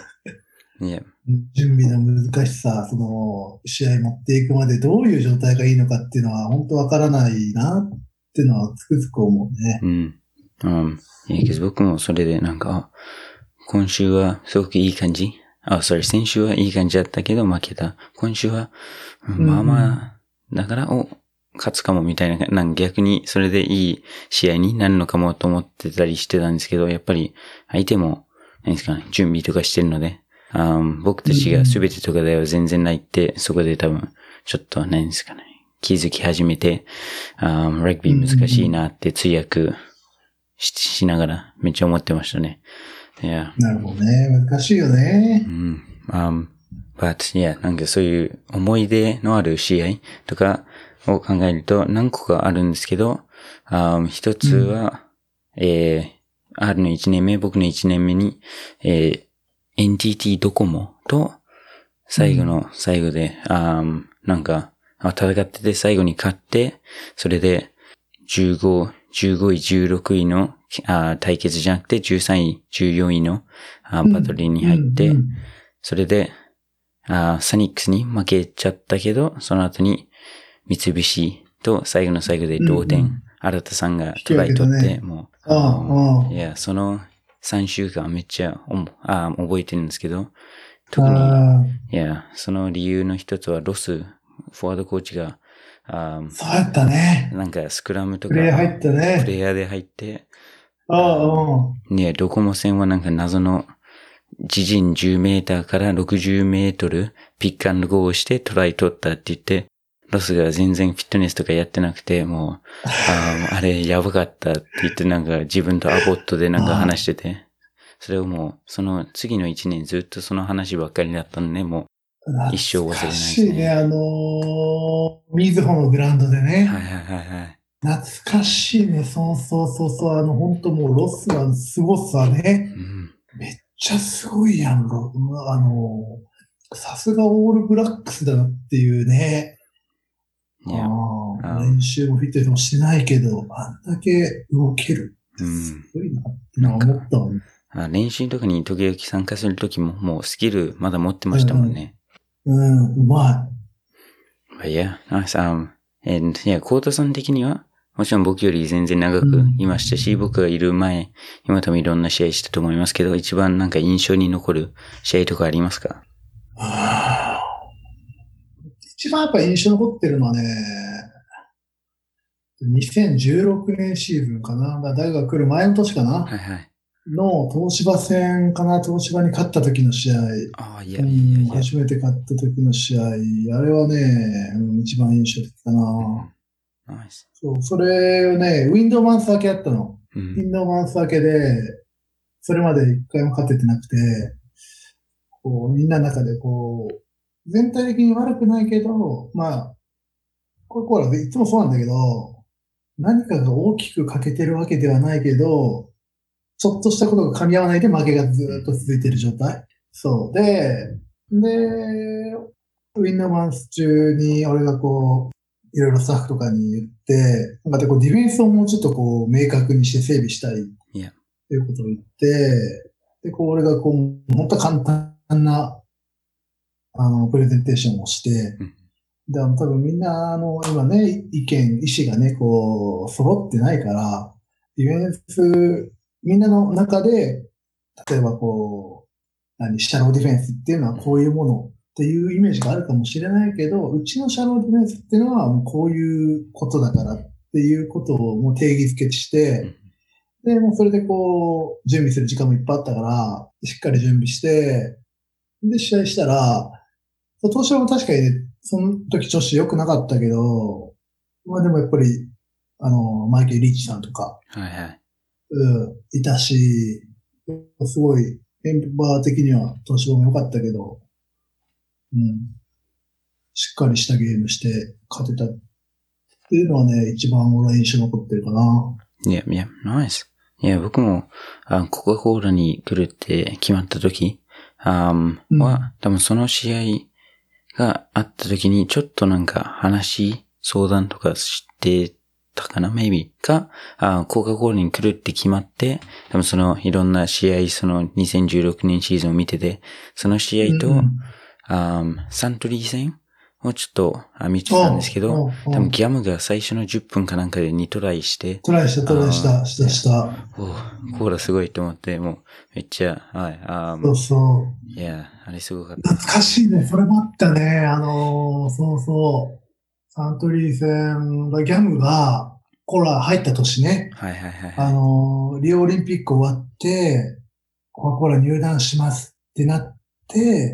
Yeah. 準備の難しさ、その試合持っていくまでどういう状態がいいのかっていうのは本当わからないなっていうのはつくづく思うね。 うん。うん。いや、けど僕もそれでなんか、今週はすごくいい感じ。あ、それ先週はいい感じだったけど負けた。今週は、まあまあ、だから、お、勝つかもみたいな、なんか逆にそれでいい試合になるのかもと思ってたりしてたんですけど、やっぱり相手も、何ですかね、準備とかしてるので、あ僕たちが全てとかでは全然ないって、そこで多分、ちょっと何ですかね、気づき始めて、あラグビー難しいなって通訳ししながらめっちゃ思ってましたね。いや。 なるほどね。難しいよね。 うん。Um, but, いや、なんかそういう思い出のある試合とかを考えると何個かあるんですけど、um, 一つは、うん、えー、R のいちねんめ、僕のいちねんめに、えー、エヌティーティー ドコモと最後の最後で、うん、なんか戦ってて最後に勝って、それでじゅうご、じゅうごい、じゅうろくいのあ対決じゃなくてじゅうさんい、じゅうよんいのあバトルに入って、うんうん、それであサニックスに負けちゃったけど、その後に三菱と最後の最後で同点、うんうん、新田さんがトライ取って、ね、もう、ああいや、そのさんしゅうかんめっちゃあ覚えてるんですけど、特に、いや、その理由の一つはロス、フォワードコーチが、 あそうやったね。 なんかスクラムとか、 プレイヤー入ったね。 プレイヤーで入って、 ああ、 ね、ドコモ戦はなんか謎の自陣じゅうメーターからろくじゅうメートルピックアンドゴーをしてトライ取ったって言って、ロスが全然フィットネスとかやってなくて、もう、あ, あれやばかったって言ってなんか自分とアボットでなんか話してて、それをもう、その次の一年ずっとその話ばっかりだったので、もう、一生忘れないですね。 懐かしいね、あのー、みずほのグラウンドでね。 はいはいはいはい。 懐かしいね、そうそうそうそう、あの、本当もうロスは凄さね。うん、めっちゃすごいやん、ロあのー、さすがオールブラックスだなっていうね。 いや、 練習もフィットネスもしてないけど、あんだけ動ける。 うん。 すごいなって思ったもん。 あ、練習とかに時々参加するときももうスキルまだ持ってましたもんね。 うん、うん、うまい。いや、nice. Um, and, いや、コートさん的にはもちろん僕より全然長くいましたし、うん、僕がいる前、今多分いろんな試合したと思いますけど、一番なんか印象に残る試合とかありますか？ 一番やっぱ印象に残ってるのはね、にせんじゅうろくねんシーズンかな。大学来る前の年かな。 はいはい。 の東芝戦かな。東芝に勝った時の試合。 ああ、いやいやいや。 初めて勝った時の試合。あれはね、うん、一番印象的かな。 うん、ナイス。 そう、それをね、ウィンドウマンス明けやったの。 うん、 ウィンドウマンス明けで、それまで一回も勝ててなくて、こう、みんなの中でこう、全体的に悪くないけど、まあ、これコーラでいつもそうなんだけど、何かが大きく欠けてるわけではないけど、ちょっとしたことが噛み合わないで負けがずっと続いている状態。そう。で、で、ウィンドウマンス中に俺がこう、いろいろスタッフとかに言って、なんかでこうディフェンスをもうちょっとこう明確にして整備したいっていうことを言って、で、こう俺がこう、本当簡単な、あの、プレゼンテーションをして、で、多分みんな、あの、今ね、意見、意思がね、こう、揃ってないから、ディフェンス、みんなの中で、例えばこう、何、シャローディフェンスっていうのはこういうものっていうイメージがあるかもしれないけど、うちのシャローディフェンスっていうのはもうこういうことだからっていうことをもう定義づけして、で、もうそれでこう、準備する時間もいっぱいあったから、しっかり準備して、で、試合したら、東芝も確かにね、その時調子良くなかったけど、まあでもやっぱり、あの、マイケル・リーチさんとか、 はいはい。 うん、いたし、すごい、メンバー的には東芝も良かったけど、うん、しっかりしたゲームして勝てたっていうのはね、一番俺は印象残ってるかな。 いや、いや、ナイス。いや、僕も、あコカ・コーラに来るって決まった時、あうん、 は、多分その試合があった時に、ちょっとなんか話、相談とかしてたかな maybe か、あコカ・コーラに来るって決まって、多分そのいろんな試合、そのにせんじゅうろくねんシーズンを見てて、その試合と、うん、あサントリー戦をちょっと見てたんですけど、多分ギャムが最初のじゅっぷんかなんかでにトライして、 トライした、トライした、した、した。 おコーラすごいと思って、もうめっちゃ、はい、あそうそう。 いや、あれすごかった。 懐かしいね。それもあったね。あのー、そうそう。サントリー戦がギャムがコーラ入った年ね。 はいはいはい、はい。 あのー、リオオリンピック終わって、コカ・コーラ入団しますってなって、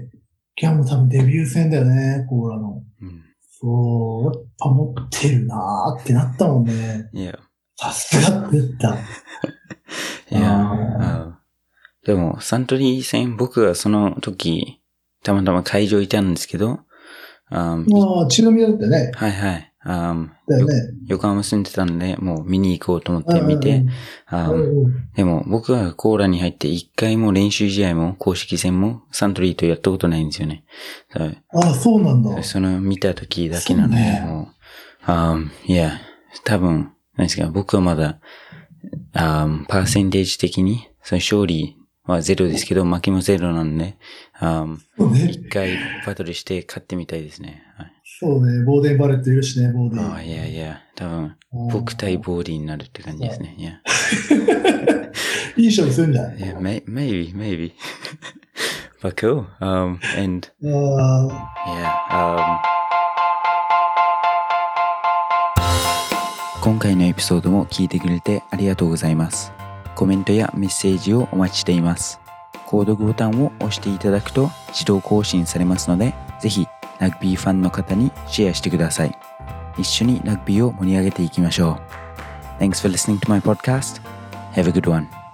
ギャム多分デビュー戦だよね、コーラの。うん、そう、やっぱ持ってるなーってなったもんね。 いや。 さすがって言った。 いやあでも、サントリー戦、僕がその時、たまたま会場いたんですけど、 ああ、中宮だったね。 はいはい。あだよね。 横浜住んでたんで、もう見に行こうと思って見て、あでも僕はコーラに入って一回も練習試合も公式戦もサントリーとやったことないんですよね。 ああ、そうなんだ。 その見た時だけなので、ね、もう、あいや、多分、何ですか、僕はまだ、あパーセンテージ的に、その勝利はゼロですけど、負けもゼロなんで、一、ね、回バトルして勝ってみたいですね。はい、 そうね、ボーデンバレットいるしね、ボーデン。 ああ、いやいや、多分、僕対ボーディになるって感じですね。いや。 いい勝負するんじゃない？ Yeah, may, maybe, maybe. But cool. Um, and, uh, yeah, um, 今回のエピソードも聞いてくれてありがとうございます。コメントやメッセージをお待ちしています。購読ボタンを押していただくと自動更新されますので、ぜひラグビーファンの方にシェアしてください。一緒にラグビーを盛り上げていきましょう。Thanks for listening to my podcast. Have a good one.